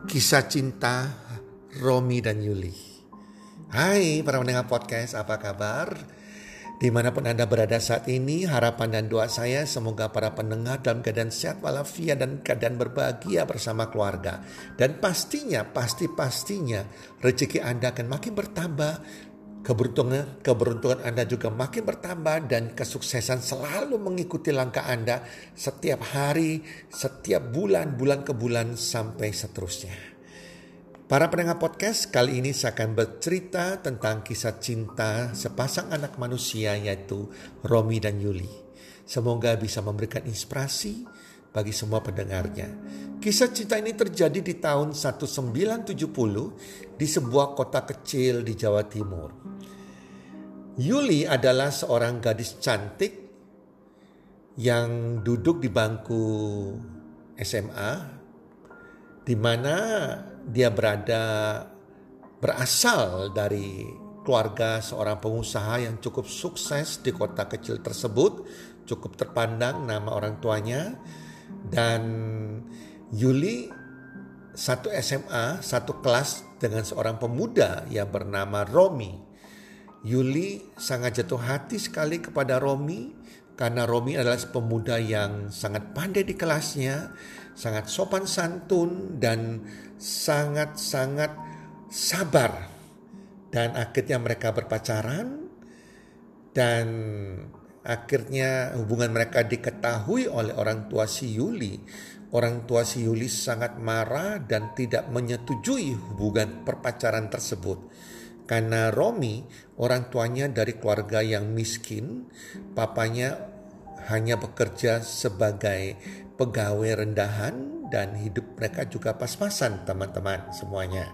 Kisah cinta Romi dan Yuli. Hai para pendengar podcast, apa kabar? Dimanapun Anda berada saat ini, harapan dan doa saya semoga para pendengar dalam keadaan sehat walafiat dan keadaan berbahagia bersama keluarga. Dan pastinya rezeki Anda akan makin bertambah, keberuntungan Anda juga makin bertambah, dan kesuksesan selalu mengikuti langkah Anda setiap hari, setiap bulan ke bulan sampai seterusnya. Para pendengar podcast, kali ini saya akan bercerita tentang kisah cinta sepasang anak manusia, yaitu Romi dan Yuli. Semoga bisa memberikan inspirasi bagi semua pendengarnya. Kisah cinta ini terjadi di tahun 1970 di sebuah kota kecil di Jawa Timur. Yuli adalah seorang gadis cantik yang duduk di bangku SMA, di mana dia berasal dari keluarga seorang pengusaha yang cukup sukses di kota kecil tersebut, cukup terpandang nama orang tuanya. Dan Yuli satu SMA, satu kelas dengan seorang pemuda yang bernama Romi. Yuli sangat jatuh hati sekali kepada Romi karena Romi adalah pemuda yang sangat pandai di kelasnya, sangat sopan santun dan sangat-sangat sabar. Dan akhirnya mereka berpacaran, dan akhirnya hubungan mereka diketahui oleh orang tua si Yuli. Orang tua si Yuli sangat marah dan tidak menyetujui hubungan perpacaran tersebut. Karena Romi, orang tuanya dari keluarga yang miskin, papanya hanya bekerja sebagai pegawai rendahan dan hidup mereka juga pas-pasan, teman-teman semuanya.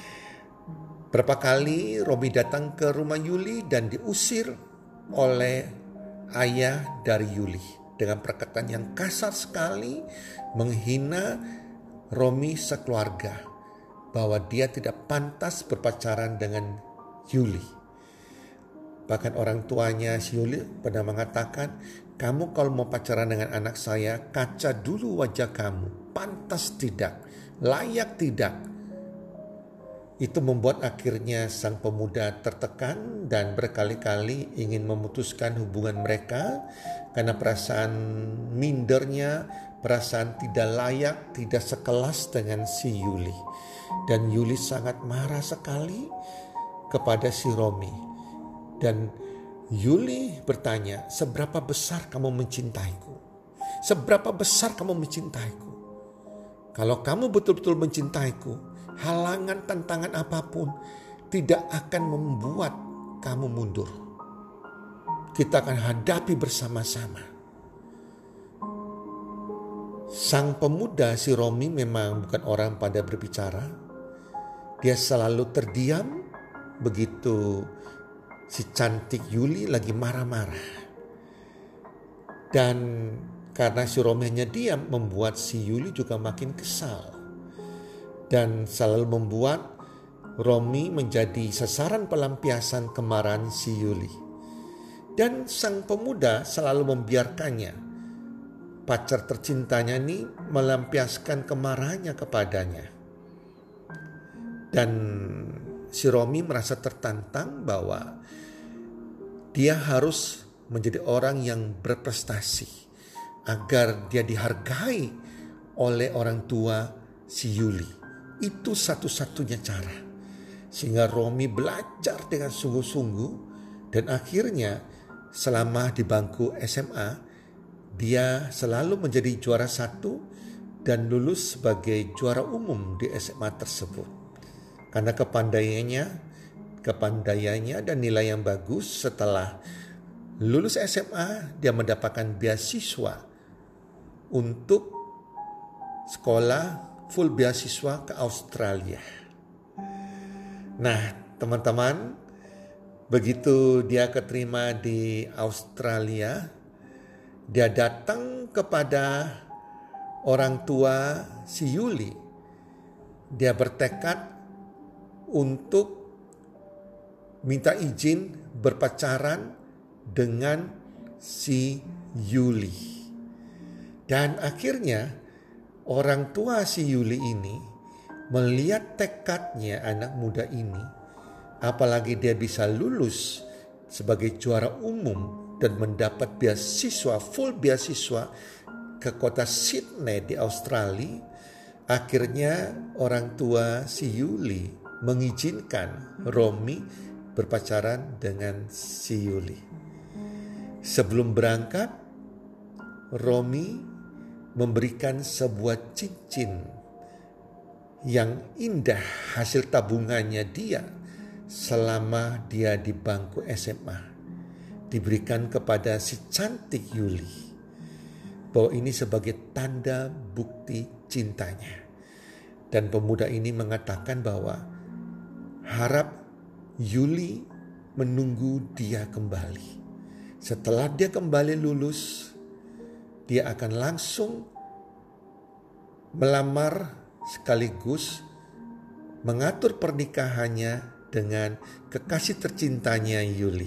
Berapa kali Romi datang ke rumah Yuli dan diusir oleh ayah dari Yuli dengan perkataan yang kasar sekali, menghina Romi sekeluarga, bahwa dia tidak pantas berpacaran dengan Yuli. Bahkan orang tuanya si Yuli pernah mengatakan, kamu kalau mau pacaran dengan anak saya, kaca dulu wajah kamu, pantas tidak, layak tidak. Itu membuat akhirnya sang pemuda tertekan dan berkali-kali ingin memutuskan hubungan mereka karena perasaan mindernya, perasaan tidak layak, tidak sekelas dengan si Yuli. Dan Yuli sangat marah sekali kepada si Romi. Dan Yuli bertanya, seberapa besar kamu mencintaiku? Seberapa besar kamu mencintaiku? Kalau kamu betul-betul mencintaiku, halangan tantangan apapun tidak akan membuat kamu mundur. Kita akan hadapi bersama-sama. Sang pemuda si Romi memang bukan orang pandai berbicara. Dia selalu terdiam begitu si cantik Yuli lagi marah-marah. Dan karena si Romi hanya diam, membuat si Yuli juga makin kesal. Dan selalu membuat Romi menjadi sasaran pelampiasan kemarahan si Yuli. Dan sang pemuda selalu membiarkannya, pacar tercintanya ini, melampiaskan kemarahannya kepadanya. Dan si Romi merasa tertantang bahwa dia harus menjadi orang yang berprestasi agar dia dihargai oleh orang tua si Yuli. Itu satu-satunya cara. Sehingga Romi belajar dengan sungguh-sungguh, dan akhirnya selama di bangku SMA dia selalu menjadi juara 1 dan lulus sebagai juara umum di SMA tersebut. Karena kepandaiannya dan nilai yang bagus, setelah lulus SMA dia mendapatkan beasiswa untuk sekolah full beasiswa ke Australia. Nah, teman-teman, begitu dia keterima di Australia, dia datang kepada orang tua si Yuli. Dia bertekad untuk minta izin berpacaran dengan si Yuli. Dan akhirnya orang tua si Yuli ini Melihat tekadnya anak muda ini, apalagi dia bisa lulus sebagai juara umum dan mendapat full beasiswa ke kota Sydney di Australia, akhirnya orang tua si Yuli mengizinkan Romi berpacaran dengan si Yuli. Sebelum berangkat, Romi memberikan sebuah cincin yang indah hasil tabungannya dia selama dia di bangku SMA, diberikan kepada si cantik Yuli, bahwa ini sebagai tanda bukti cintanya. Dan pemuda ini mengatakan bahwa harap Yuli menunggu dia kembali. Setelah dia kembali lulus, dia akan langsung melamar sekaligus mengatur pernikahannya dengan kekasih tercintanya Yuli.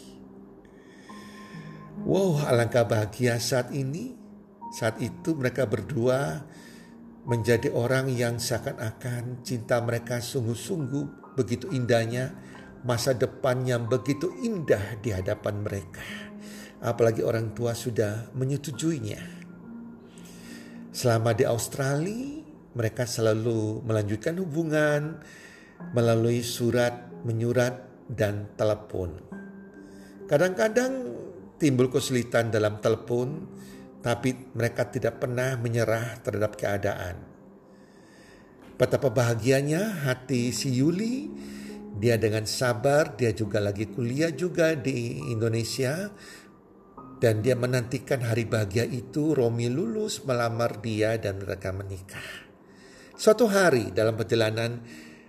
Wow, alangkah bahagia saat itu mereka berdua menjadi orang yang seakan-akan cinta mereka sungguh-sungguh begitu indahnya, masa depan yang begitu indah di hadapan mereka. Apalagi orang tua sudah menyetujuinya. Selama di Australia, mereka selalu melanjutkan hubungan melalui surat, menyurat, dan telepon. Kadang-kadang timbul kesulitan dalam telepon, tapi mereka tidak pernah menyerah terhadap keadaan. Betapa bahagianya hati si Yuli. Dia dengan sabar, dia juga lagi kuliah juga di Indonesia. Dan dia menantikan hari bahagia itu, Romi lulus, melamar dia, dan mereka menikah. Suatu hari dalam perjalanan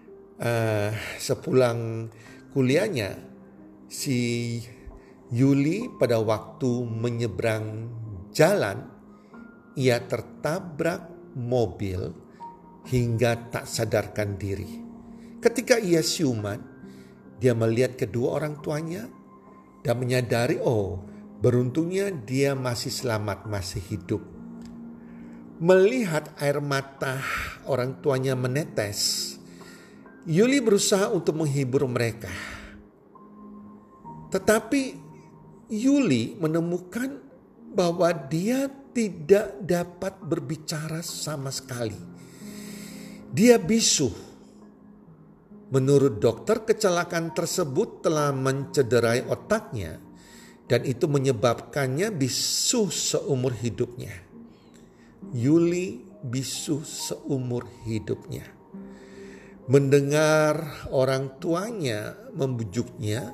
sepulang kuliahnya, si Yuli pada waktu menyeberang jalan, ia tertabrak mobil hingga tak sadarkan diri. Ketika ia siuman, dia melihat kedua orang tuanya dan menyadari, beruntungnya dia masih selamat, masih hidup. Melihat air mata orang tuanya menetes, Yuli berusaha untuk menghibur mereka. Tetapi Yuli menemukan bahwa dia tidak dapat berbicara sama sekali. Dia bisu. Menurut dokter, kecelakaan tersebut telah mencederai otaknya dan itu menyebabkannya bisu seumur hidupnya. Yuli bisu seumur hidupnya. Mendengar orang tuanya membujuknya,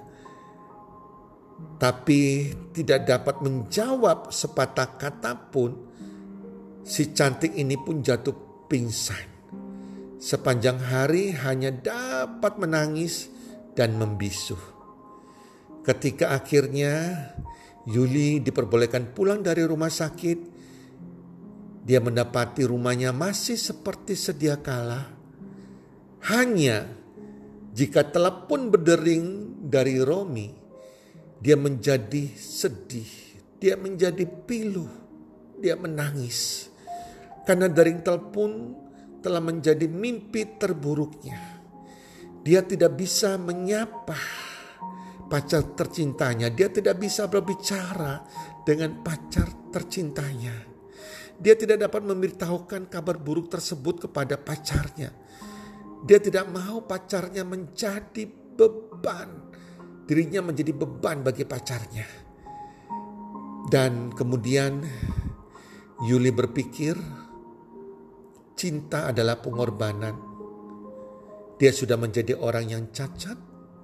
tapi tidak dapat menjawab sepatah kata pun, si cantik ini pun jatuh pingsan. Sepanjang hari hanya dapat menangis dan membisu. Ketika akhirnya Yuli diperbolehkan pulang dari rumah sakit, dia mendapati rumahnya masih seperti sedia kala. Hanya jika telepon berdering dari Romi, dia menjadi sedih, dia menjadi pilu, dia menangis. Karena dering telepon telah menjadi mimpi terburuknya. Dia tidak bisa menyapa pacar tercintanya, dia tidak bisa berbicara dengan pacar tercintanya. Dia tidak dapat memberitahukan kabar buruk tersebut kepada pacarnya. Dia tidak mau pacarnya menjadi beban. Dirinya menjadi beban bagi pacarnya. Dan kemudian Yuli berpikir cinta adalah pengorbanan. Dia sudah menjadi orang yang cacat.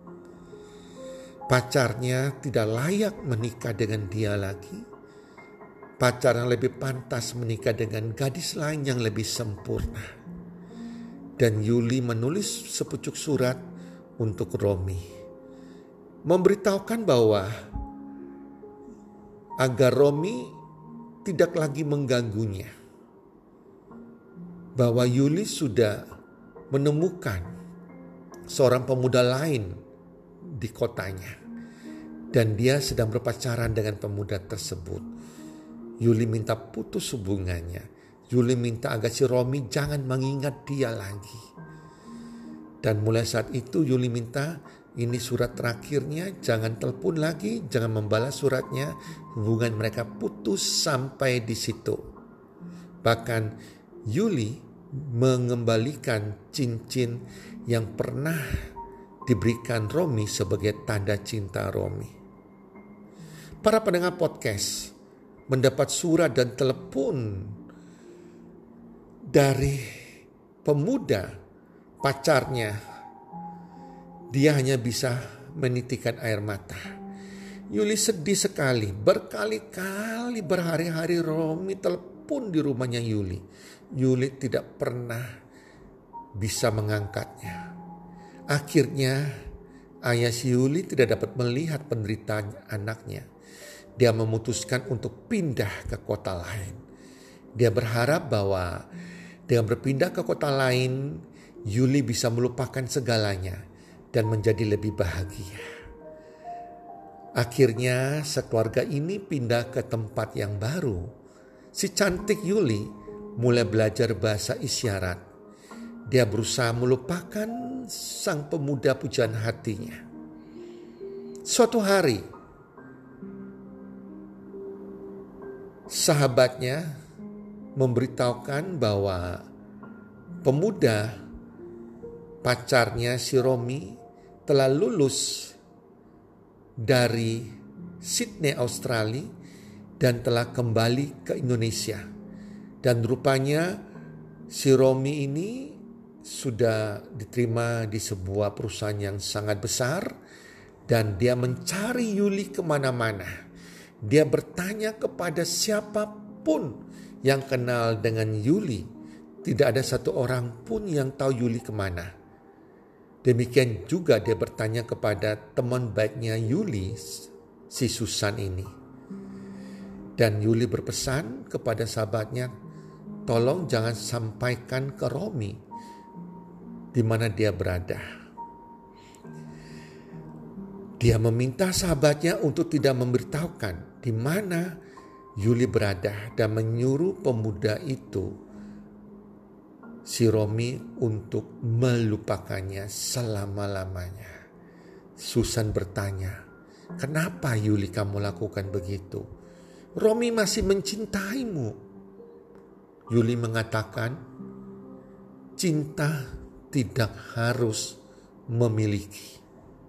Pacarnya tidak layak menikah dengan dia lagi. Pacar yang lebih pantas menikah dengan gadis lain yang lebih sempurna. Dan Yuli menulis sepucuk surat untuk Romi, memberitahukan bahwa agar Romi tidak lagi mengganggunya. Bahwa Yuli sudah menemukan seorang pemuda lain di kotanya. Dan dia sedang berpacaran dengan pemuda tersebut. Yuli minta putus hubungannya Yuli minta agar si Romi jangan mengingat dia lagi. Dan mulai saat itu Yuli minta, ini surat terakhirnya, jangan telepon lagi, jangan membalas suratnya. Hubungan mereka putus sampai di situ. Bahkan Yuli mengembalikan cincin yang pernah diberikan Romi sebagai tanda cinta Romi. Para pendengar podcast mendapat surat dan telepon dari pemuda pacarnya. Dia hanya bisa menitikkan air mata. Yuli sedih sekali. Berkali-kali berhari-hari Romi telepon di rumahnya Yuli. Yuli tidak pernah bisa mengangkatnya. Akhirnya ayah si Yuli tidak dapat melihat penderitaan anaknya. Dia memutuskan untuk pindah ke kota lain. Dia berharap bahwa dengan berpindah ke kota lain, Yuli bisa melupakan segalanya dan menjadi lebih bahagia. Akhirnya sekeluarga ini pindah ke tempat yang baru. Si cantik Yuli mulai belajar bahasa isyarat. Dia berusaha melupakan sang pemuda pujaan hatinya. Suatu hari, sahabatnya memberitahukan bahwa pemuda pacarnya si Romi telah lulus dari Sydney, Australia dan telah kembali ke Indonesia. Dan rupanya si Romi ini sudah diterima di sebuah perusahaan yang sangat besar dan dia mencari Yuli kemana-mana. Dia bertanya kepada siapapun yang kenal dengan Yuli. Tidak ada satu orang pun yang tahu Yuli kemana. Demikian juga dia bertanya kepada teman baiknya Yuli, si Susan ini. Dan Yuli berpesan kepada sahabatnya, tolong jangan sampaikan ke Romi di mana dia berada. Dia meminta sahabatnya untuk tidak memberitahukan di mana Yuli berada dan menyuruh pemuda itu, si Romi, untuk melupakannya selama-lamanya. Susan bertanya, kenapa Yuli kamu lakukan begitu? Romi masih mencintaimu. Yuli mengatakan, cinta tidak harus memiliki.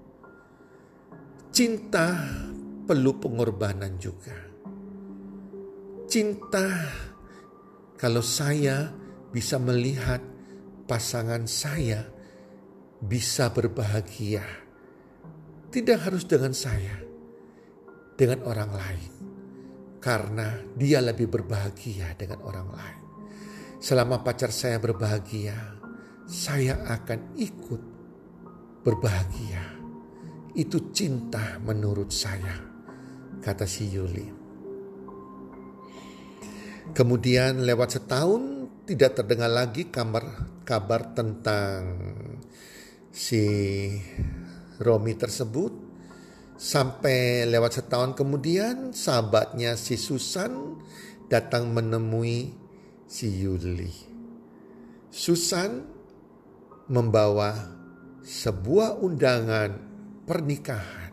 Cinta perlu pengorbanan juga. Cinta, kalau saya bisa melihat pasangan saya bisa berbahagia, tidak harus dengan saya, dengan orang lain. Karena dia lebih berbahagia dengan orang lain. Selama pacar saya berbahagia, saya akan ikut berbahagia. Itu cinta menurut saya, kata si Yuli. Kemudian lewat setahun tidak terdengar lagi kabar tentang si Romi tersebut. Sampai lewat setahun kemudian sahabatnya si Susan datang menemui si Yuli. Susan membawa sebuah undangan pernikahan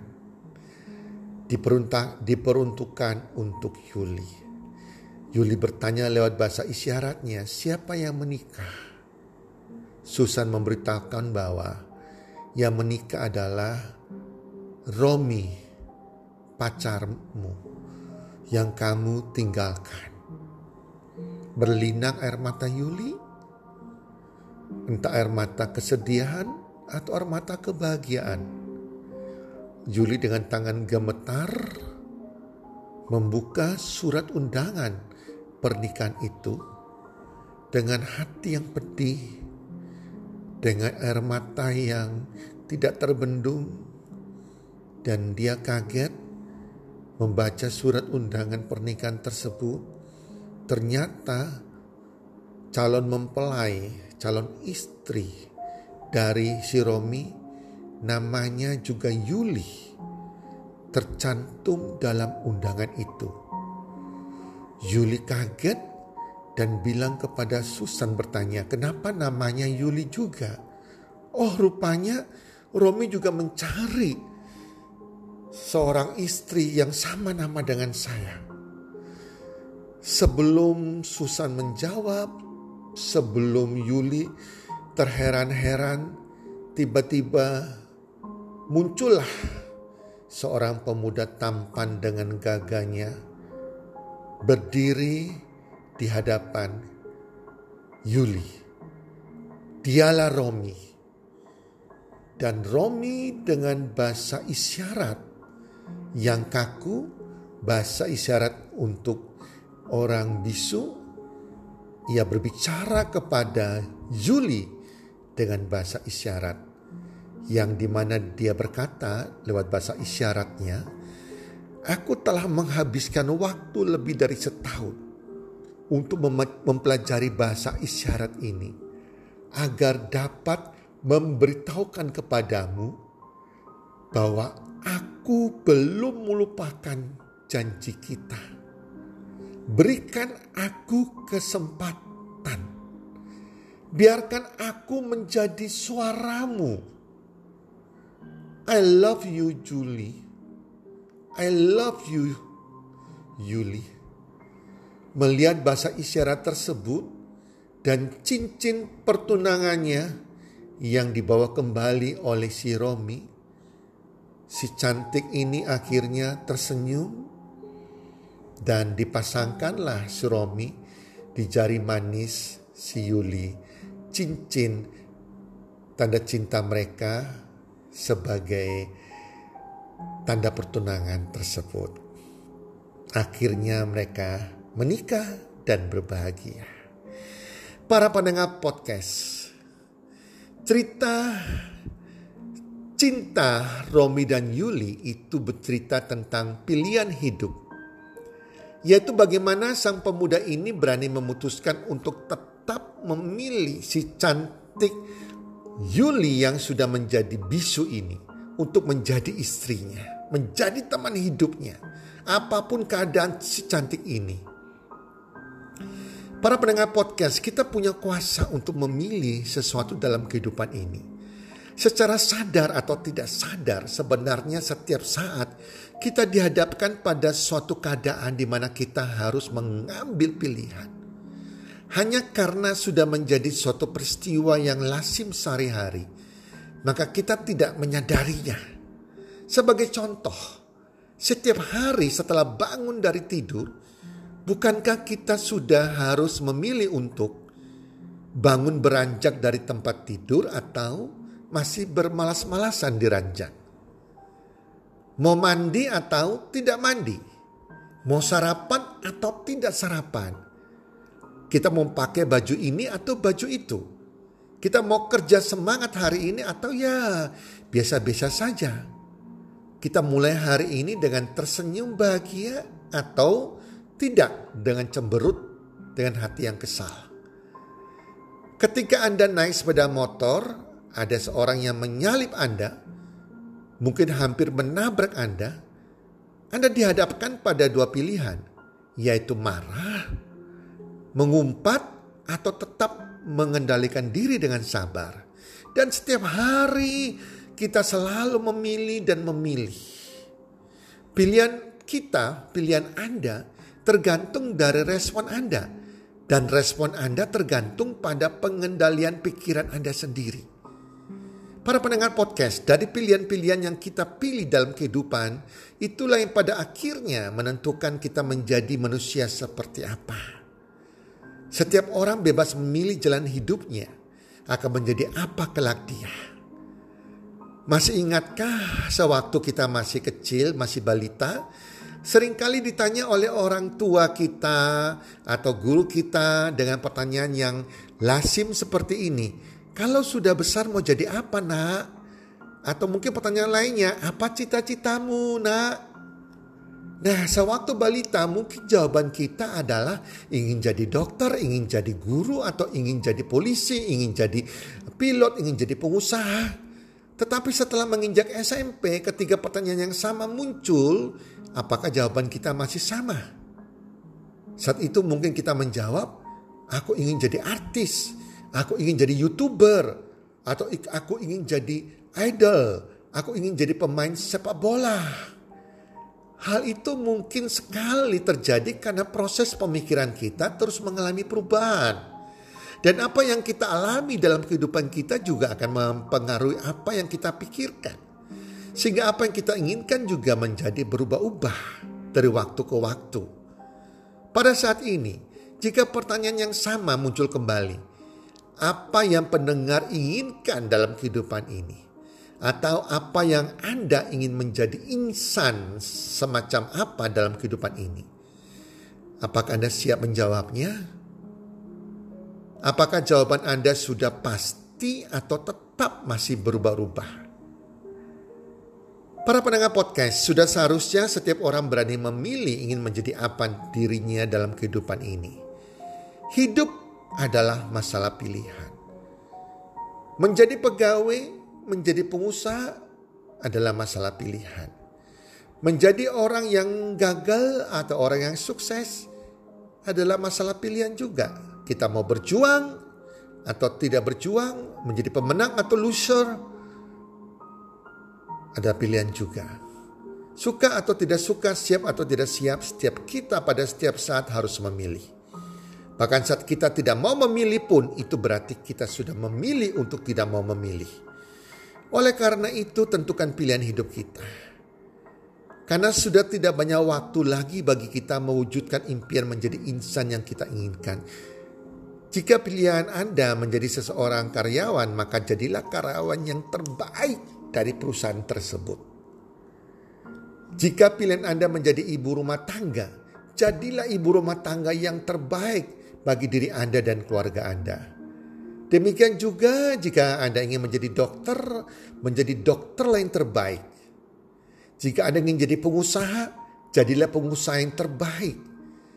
diperuntukkan untuk Yuli. Yuli bertanya lewat bahasa isyaratnya, siapa yang menikah? Susan memberitahukan bahwa yang menikah adalah Romi, pacarmu yang kamu tinggalkan. Berlinang air mata Yuli, entah air mata kesedihan atau air mata kebahagiaan. Yuli dengan tangan gemetar membuka surat undangan pernikahan itu dengan hati yang pedih, dengan air mata yang tidak terbendung, dan dia kaget membaca surat undangan pernikahan tersebut. Ternyata calon mempelai, calon istri dari si Romi, namanya juga Yuli, tercantum dalam undangan itu. Yuli kaget dan bilang kepada Susan, bertanya, kenapa namanya Yuli juga? Oh, rupanya Romi juga mencari seorang istri yang sama nama dengan saya. Sebelum Susan menjawab, sebelum Yuli terheran-heran, tiba-tiba muncullah seorang pemuda tampan dengan gagahnya berdiri di hadapan Yuli. Dialah Romi. Dan Romi dengan bahasa isyarat yang kaku, bahasa isyarat untuk orang bisu, ia berbicara kepada Yuli dengan bahasa isyarat, yang dimana dia berkata lewat bahasa isyaratnya, aku telah menghabiskan waktu lebih dari setahun untuk mempelajari bahasa isyarat ini, agar dapat memberitahukan kepadamu bahwa aku belum melupakan janji kita. Berikan aku kesempatan. Biarkan aku menjadi suaramu. I love you, Julie. I love you, Yuli. Melihat bahasa isyarat tersebut dan cincin pertunangannya yang dibawa kembali oleh si Romi, si cantik ini akhirnya tersenyum dan dipasangkanlah si Romi di jari manis si Yuli cincin tanda cinta mereka sebagai tanda pertunangan tersebut. Akhirnya mereka menikah dan berbahagia. Para pendengar podcast, cerita cinta Romi dan Yuli itu bercerita tentang pilihan hidup, yaitu bagaimana sang pemuda ini berani memutuskan untuk tetap memilih si cantik Yuli yang sudah menjadi bisu ini untuk menjadi istrinya, menjadi teman hidupnya, apapun keadaan si cantik ini. Para pendengar podcast, kita punya kuasa untuk memilih sesuatu dalam kehidupan ini. Secara sadar atau tidak sadar, sebenarnya setiap saat kita dihadapkan pada suatu keadaan di mana kita harus mengambil pilihan. Hanya karena sudah menjadi suatu peristiwa yang lazim sehari-hari, maka kita tidak menyadarinya. Sebagai contoh, setiap hari setelah bangun dari tidur, bukankah kita sudah harus memilih untuk bangun beranjak dari tempat tidur atau masih bermalas-malasan di ranjang? Mau mandi atau tidak mandi? Mau sarapan atau tidak sarapan? Kita mau pakai baju ini atau baju itu? Kita mau kerja semangat hari ini atau ya biasa-biasa saja? Kita mulai hari ini dengan tersenyum bahagia atau tidak dengan cemberut, dengan hati yang kesal? Ketika Anda naik sepeda motor, ada seorang yang menyalip Anda, mungkin hampir menabrak Anda. Anda dihadapkan pada dua pilihan, yaitu marah, mengumpat, atau tetap mengendalikan diri dengan sabar. Dan setiap hari kita selalu memilih dan memilih. Pilihan kita, pilihan Anda tergantung dari respon Anda. Dan respon Anda tergantung pada pengendalian pikiran Anda sendiri. Para pendengar podcast, dari pilihan-pilihan yang kita pilih dalam kehidupan, itulah yang pada akhirnya menentukan kita menjadi manusia seperti apa. Setiap orang bebas memilih jalan hidupnya akan menjadi apa kelak dia. Masih ingatkah sewaktu kita masih kecil, masih balita, seringkali ditanya oleh orang tua kita atau guru kita dengan pertanyaan yang lazim seperti ini. Kalau sudah besar mau jadi apa, nak? Atau mungkin pertanyaan lainnya, apa cita-citamu, nak? Nah, sewaktu balita mungkin jawaban kita adalah ingin jadi dokter, ingin jadi guru, atau ingin jadi polisi, ingin jadi pilot, ingin jadi pengusaha. Tetapi setelah menginjak SMP, ketiga pertanyaan yang sama muncul, apakah jawaban kita masih sama? Saat itu mungkin kita menjawab, Aku ingin jadi artis, aku ingin jadi YouTuber, atau aku ingin jadi idol, aku ingin jadi pemain sepak bola. Hal itu mungkin sekali terjadi karena proses pemikiran kita terus mengalami perubahan. Dan apa yang kita alami dalam kehidupan kita juga akan mempengaruhi apa yang kita pikirkan. Sehingga apa yang kita inginkan juga menjadi berubah-ubah dari waktu ke waktu. Pada saat ini, jika pertanyaan yang sama muncul kembali, apa yang pendengar inginkan dalam kehidupan ini? Atau apa yang Anda ingin menjadi insan semacam apa dalam kehidupan ini? Apakah Anda siap menjawabnya? Apakah jawaban Anda sudah pasti atau tetap masih berubah-ubah? Para pendengar podcast, sudah seharusnya setiap orang berani memilih ingin menjadi apa dirinya dalam kehidupan ini. Hidup adalah masalah pilihan. Menjadi pegawai, menjadi pengusaha adalah masalah pilihan. Menjadi orang yang gagal atau orang yang sukses adalah masalah pilihan juga. Kita mau berjuang atau tidak berjuang, menjadi pemenang atau loser, ada pilihan juga. Suka atau tidak suka, siap atau tidak siap, setiap kita pada setiap saat harus memilih. Bahkan saat kita tidak mau memilih pun, itu berarti kita sudah memilih untuk tidak mau memilih. Oleh karena itu, tentukan pilihan hidup kita. Karena sudah tidak banyak waktu lagi bagi kita mewujudkan impian menjadi insan yang kita inginkan. Jika pilihan Anda menjadi seseorang karyawan, maka jadilah karyawan yang terbaik dari perusahaan tersebut. Jika pilihan Anda menjadi ibu rumah tangga, jadilah ibu rumah tangga yang terbaik bagi diri Anda dan keluarga Anda. Demikian juga jika Anda ingin menjadi dokter yang terbaik. Jika Anda ingin jadi pengusaha, jadilah pengusaha yang terbaik.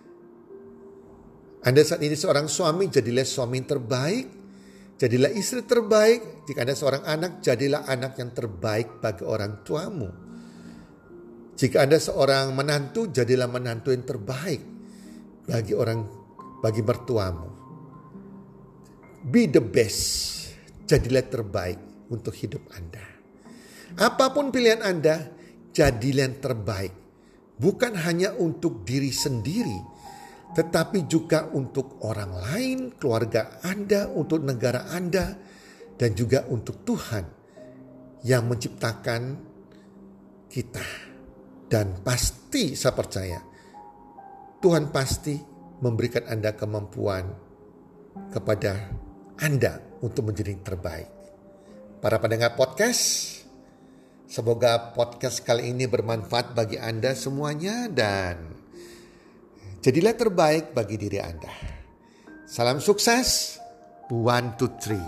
Anda saat ini seorang suami, jadilah suami yang terbaik. Jadilah istri terbaik. Jika Anda seorang anak, jadilah anak yang terbaik bagi orang tuamu. Jika Anda seorang menantu, jadilah menantu yang terbaik bagi mertuamu. Be the best. Jadilah terbaik untuk hidup Anda. Apapun pilihan Anda, jadilah yang terbaik. Bukan hanya untuk diri sendiri, tetapi juga untuk orang lain, keluarga Anda, untuk negara Anda, dan juga untuk Tuhan yang menciptakan kita. Dan pasti saya percaya, Tuhan pasti memberikan Anda kemampuan kepada Anda untuk menjadi yang terbaik. Para pendengar podcast, semoga podcast kali ini bermanfaat bagi Anda semuanya dan jadilah terbaik bagi diri Anda. Salam sukses. 1, 2,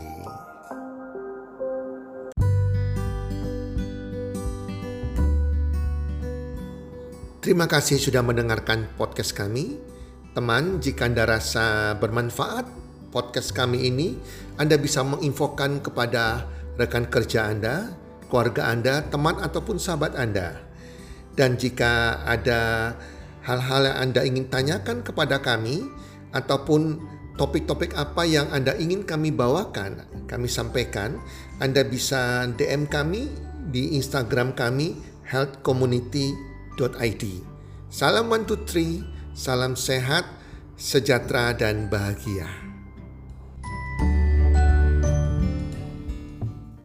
3. Terima kasih sudah mendengarkan podcast kami. Teman, jika Anda rasa bermanfaat podcast kami ini, Anda bisa menginfokan kepada rekan kerja Anda, keluarga Anda, teman ataupun sahabat Anda. Dan jika ada hal-hal yang Anda ingin tanyakan kepada kami ataupun topik-topik apa yang Anda ingin kami bawakan, kami sampaikan, Anda bisa DM kami di Instagram kami healthcommunity.id. Salam 1, 2, 3, salam sehat, sejahtera dan bahagia.